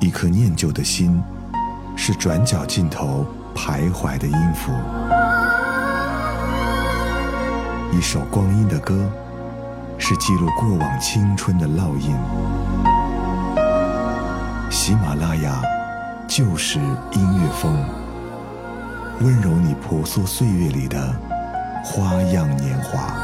一颗念旧的心，是转角尽头徘徊的音符。一首光阴的歌，是记录过往青春的烙印。喜马拉雅就是音乐风，温柔你婆娑岁月里的花样年华。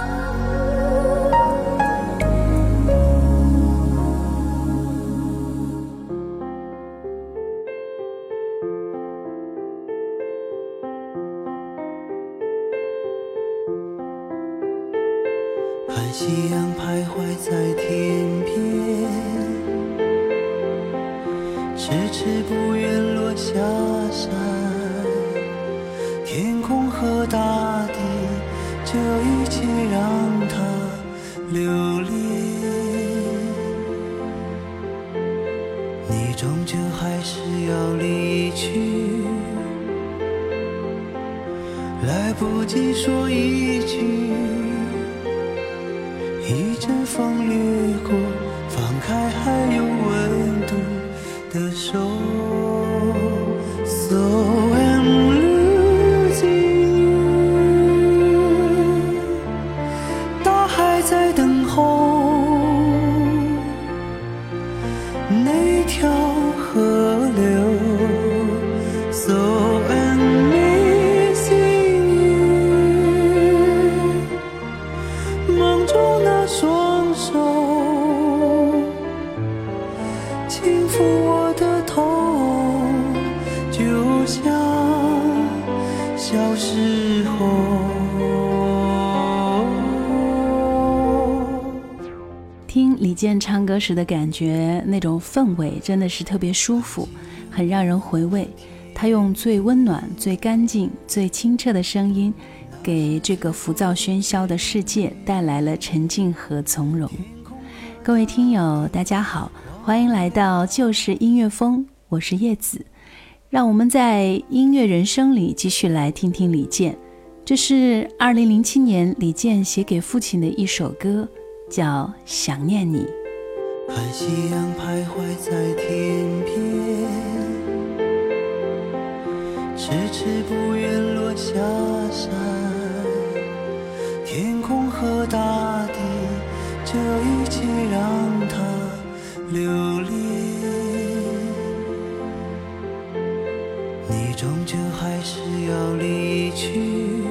看夕阳徘徊在天边，迟迟不愿落下山，天空和大地，这一切让它留恋。你终究还是要离去，来不及说一句，一阵风掠过，放开还有温度的手。 So I'm losing you， 大海在等候那条河流。So I'm missing you， 梦中那双手轻抚我的头，就像小时候。 听李健唱歌时的感觉，那种氛围真的是特别舒服，很让人回味。他用最温暖、最干净、最清澈的声音，给这个浮躁喧嚣的世界带来了沉静和从容。各位听友大家好，欢迎来到就是音乐风，我是叶子。让我们在音乐人生里继续来听听李健。这是2007年李健写给父亲的一首歌，叫《想念你》。 看夕阳徘徊在天边，迟迟不愿落下山，天空和大地，这一切让它留恋。你终究还是要离去，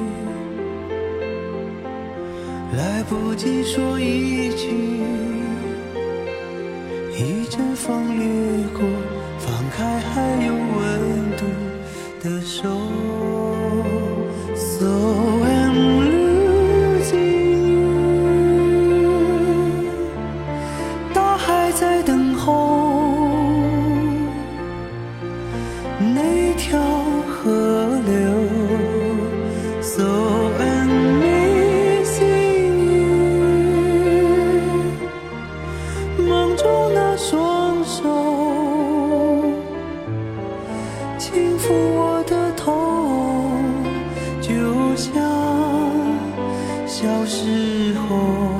来不及说一句，一阵风掠过，放开还有温度的手。So I'm losing you， 大海在等候那条河流。So I'm missing you， 梦中那双手轻抚我的头，就像小时候。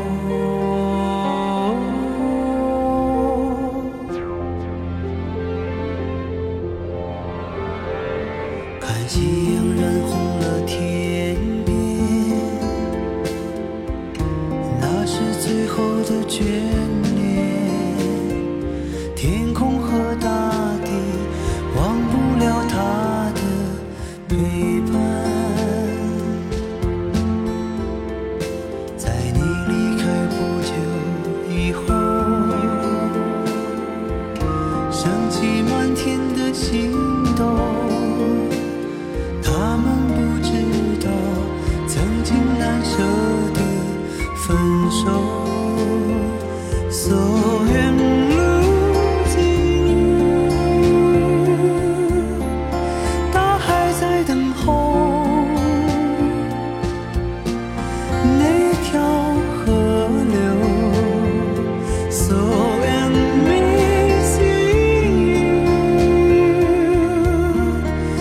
看夕阳染红了天边，那是最后的眷恋。天空和大地忘不了他的陪伴，在你离开不久以后，升起满天的心动，他们不知道曾经难舍的分手。So I'm losing you， 大海在等候那条河流。So I'm missing you，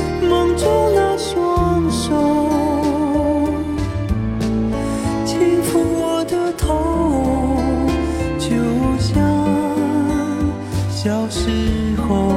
小时候。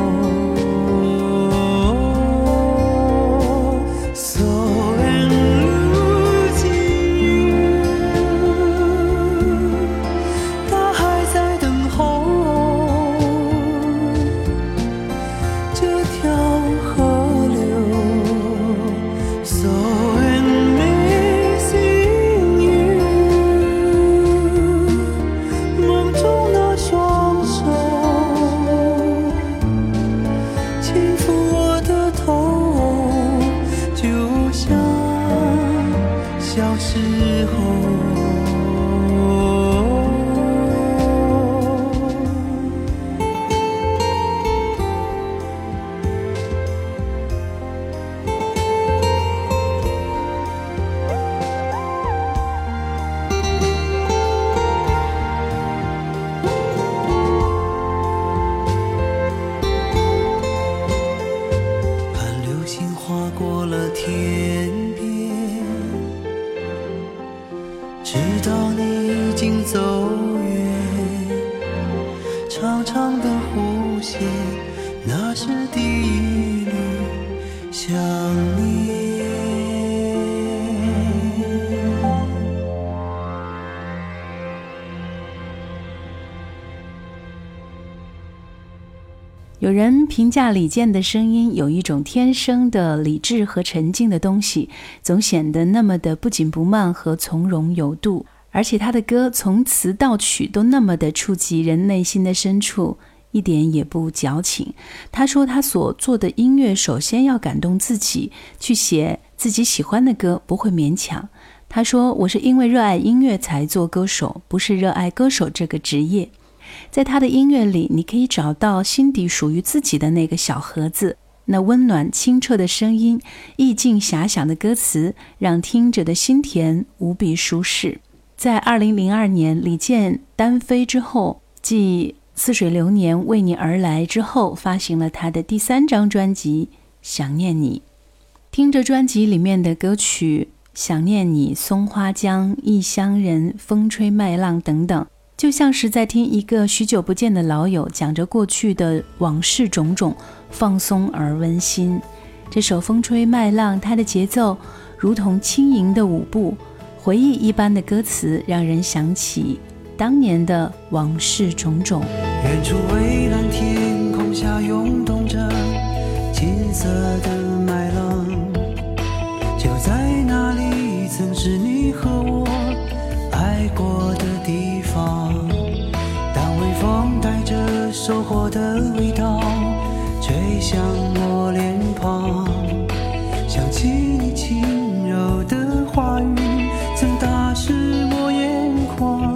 有人评价李健的声音有一种天生的理智和沉静的东西，总显得那么的不紧不慢和从容有度，而且他的歌从词到曲都那么的触及人内心的深处，一点也不矫情。他说他所做的音乐首先要感动自己，去写自己喜欢的歌，不会勉强。他说我是因为热爱音乐才做歌手，不是热爱歌手这个职业。在他的音乐里，你可以找到心底属于自己的那个小盒子，那温暖清澈的声音，意境遐想的歌词，让听者的心田无比舒适。在2002年李健单飞之后，继似水流年为你而来之后，发行了他的第3张专辑《想念你》。听着专辑里面的歌曲想念你、松花江、异乡人、风吹麦浪等等，就像是在听一个许久不见的老友讲着过去的往事种种，放松而温馨。这首风吹麦浪，它的节奏如同轻盈的舞步，回忆一般的歌词让人想起当年的往事种种。 远处蔚蓝天空下涌动着金色的麦浪，就在那里曾是你和我爱过的地方。当微风带着收获的味道吹向我脸庞，想起你轻柔的话语曾打湿我眼眶。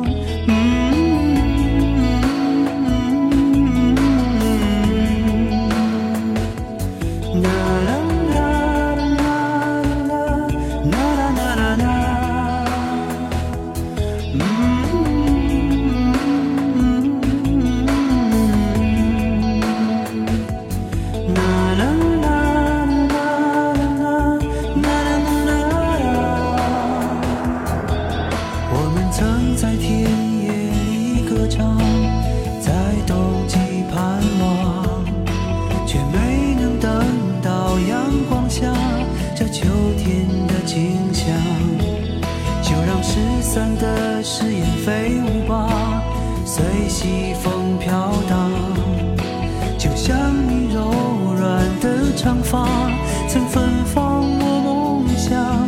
的誓言飞舞吧，随西风飘荡，就像你柔软的长发曾芬芳我梦想。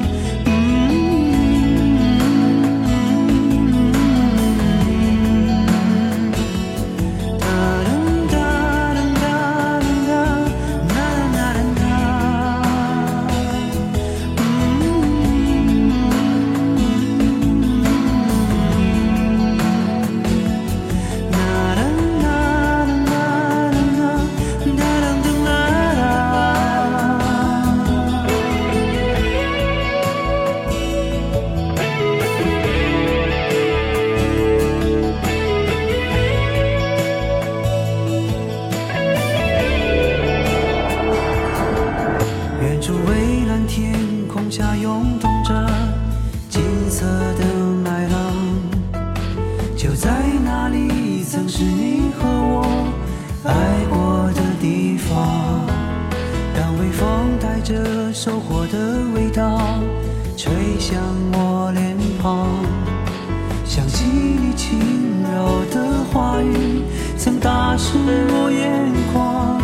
着收获的味道，吹向我脸庞，想起你轻柔的话语，曾打湿我眼眶。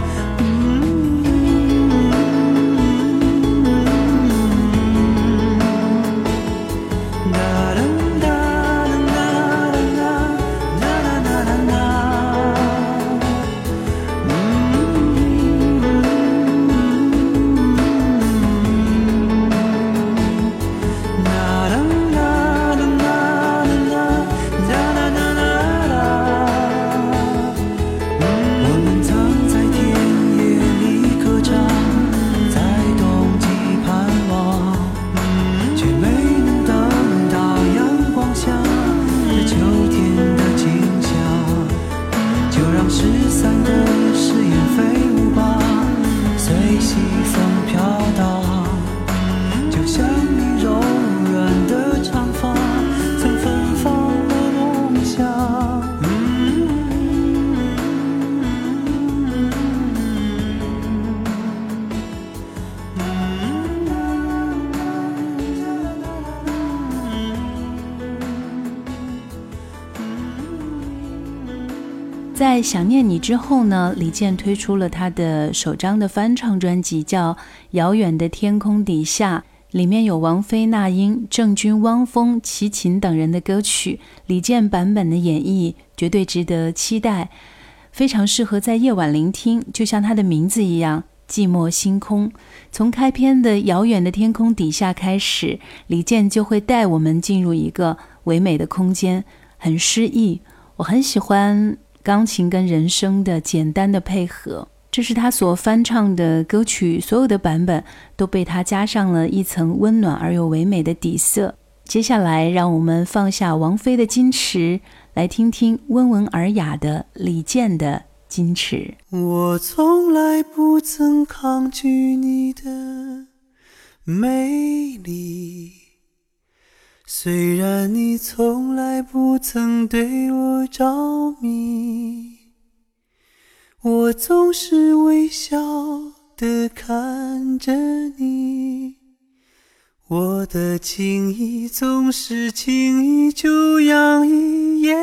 在想念你之后呢，李健推出了他的首张的翻唱专辑，叫《遥远的天空底下》，里面有王菲、那英、郑钧、汪峰、齐秦等人的歌曲，李健版本的演绎绝对值得期待，非常适合在夜晚聆听，就像他的名字一样，寂寞星空。从开篇的遥远的天空底下开始，李健就会带我们进入一个唯美的空间，很诗意。我很喜欢钢琴跟人声的简单的配合，这是他所翻唱的歌曲，所有的版本都被他加上了一层温暖而又唯美的底色。接下来让我们放下王菲的矜持，来听听温文尔雅的李健的矜持。 我从来不曾抗拒你的美丽，虽然你从来不曾对我着迷，我总是微笑地看着你，我的情意总是轻易就洋溢眼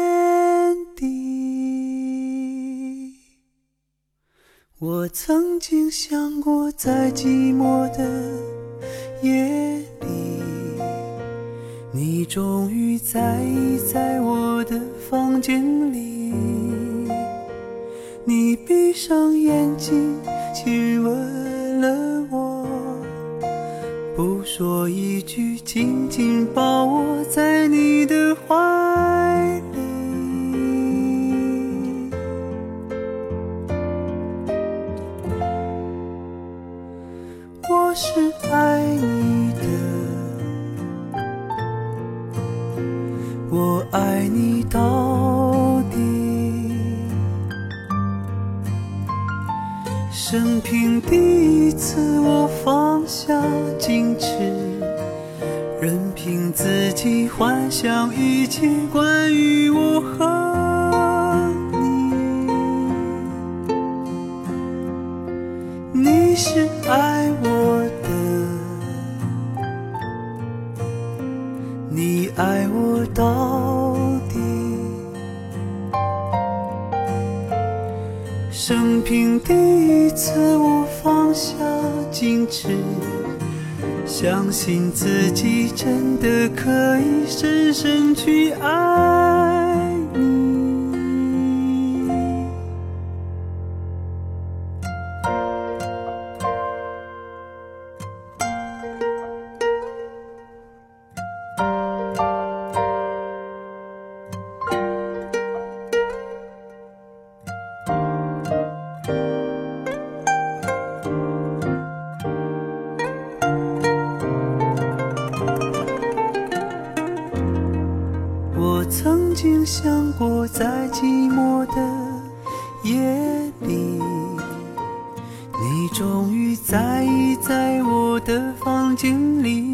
底。我曾经想过，在寂寞的夜里，你终于在我的房间里，你闭上眼睛亲吻了我，不说一句，紧紧抱我在你的怀里。我是爱你的，我爱你到底，生平第一次我放下矜持，任凭自己幻想一切关于我和你。你是爱我的，你爱我到底，生平第一次我放下矜持，相信自己真的可以深深去爱你。我曾经想过，在寂寞的夜里，你终于在我的房间里，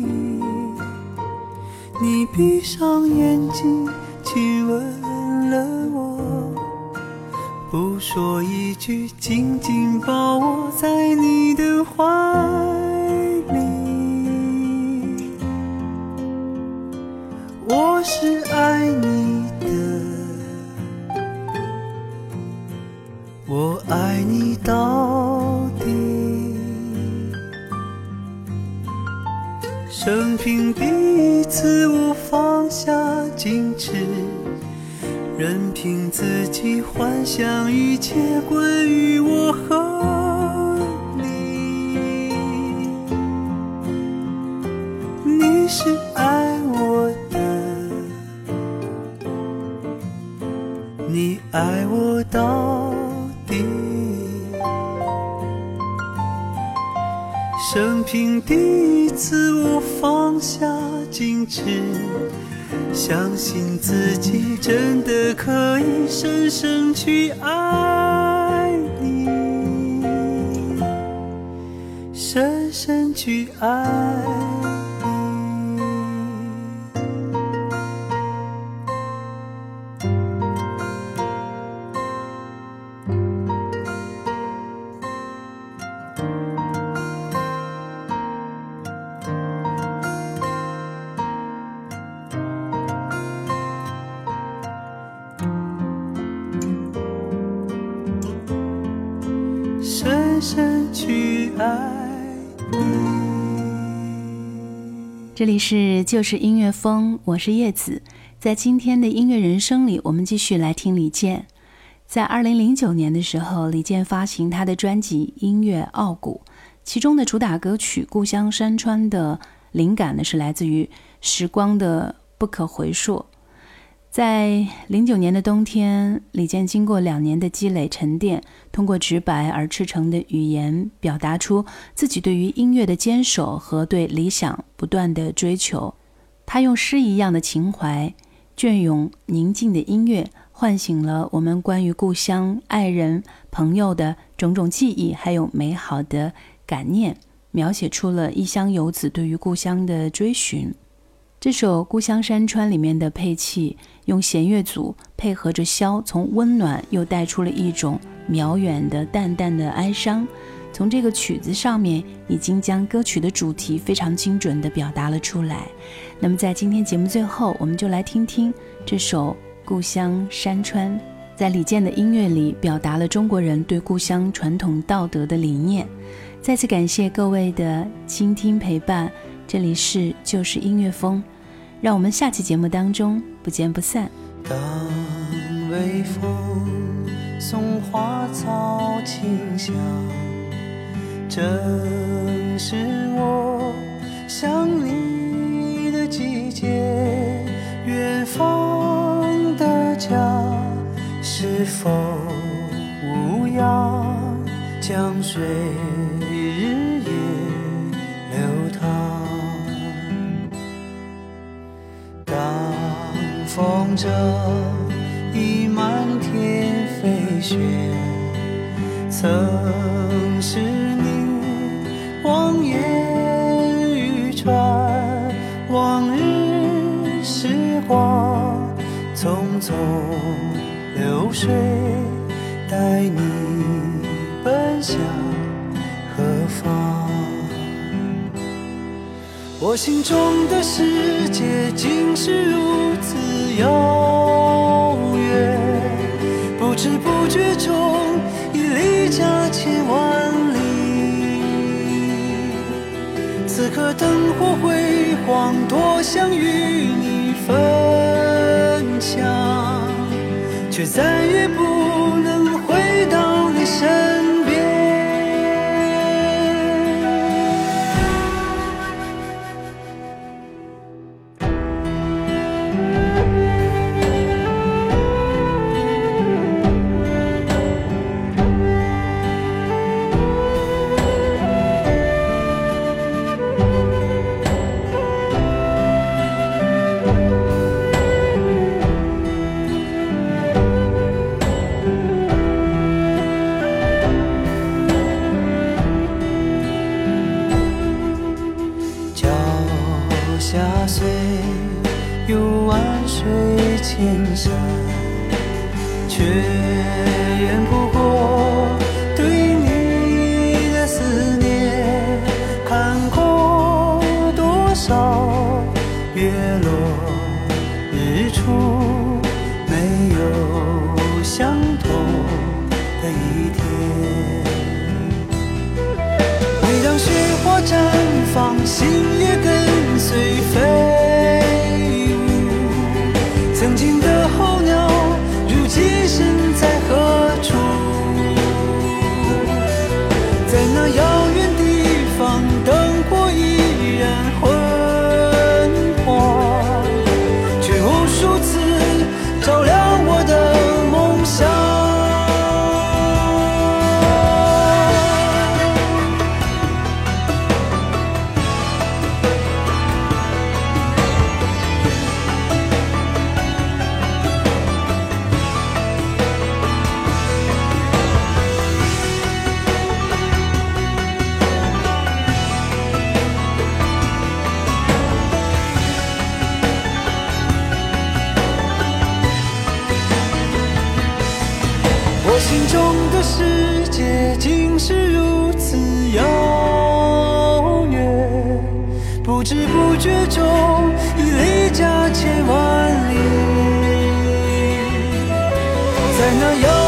你闭上眼睛亲吻了我，不说一句，紧紧抱我在你的怀里。我是爱你的，我爱你到底。生平第一次我放下矜持，任凭自己幻想一切关于我和你。你是爱我的，你爱我到底。生平第一次我放下矜持，相信自己真的可以深深去爱你，深深去爱你。深深去爱你。 这里是就是音乐风，我是叶子。在今天的音乐人生里，我们继续来听李健。在2009年的时候，李健发行他的专辑《音乐傲骨》，其中的主打歌曲《故乡山川》的灵感呢，是来自于时光的不可回溯。在09年的冬天，李健经过2年的积累沉淀，通过直白而赤诚的语言，表达出自己对于音乐的坚守和对理想不断的追求。他用诗一样的情怀，隽永宁静的音乐，唤醒了我们关于故乡、爱人、朋友的种种记忆，还有美好的感念，描写出了异乡游子对于故乡的追寻。这首《故乡山川》里面的配器，用弦乐组配合着箫，从温暖又带出了一种渺远的淡淡的哀伤。从这个曲子上面，已经将歌曲的主题非常精准地表达了出来。那么在今天节目最后，我们就来听听这首《故乡山川》。在李健的音乐里，表达了中国人对故乡传统道德的理念。再次感谢各位的倾听陪伴，这里是就是音乐风，让我们下期节目当中不见不散。 当微风送花草清香，正是我想你的季节。远方的家是否无恙？江水日夜流淌。当风筝已满天飞雪，曾是你望眼欲穿。往日时光匆匆流水，带你奔向何方？我心中的世界竟是如此遥远，不知不觉中已离家千万里。此刻灯火辉煌，多想与你分享，却再也不能回到你身边。 一天。每当雪花绽放，心也跟随飞舞。曾经的候鸟，如今身在何处？在那遥远地方，灯火依然昏黄，却无数次照亮我的梦想。我心中的世界竟是如此遥远，不知不觉中已离家千万里。在那遥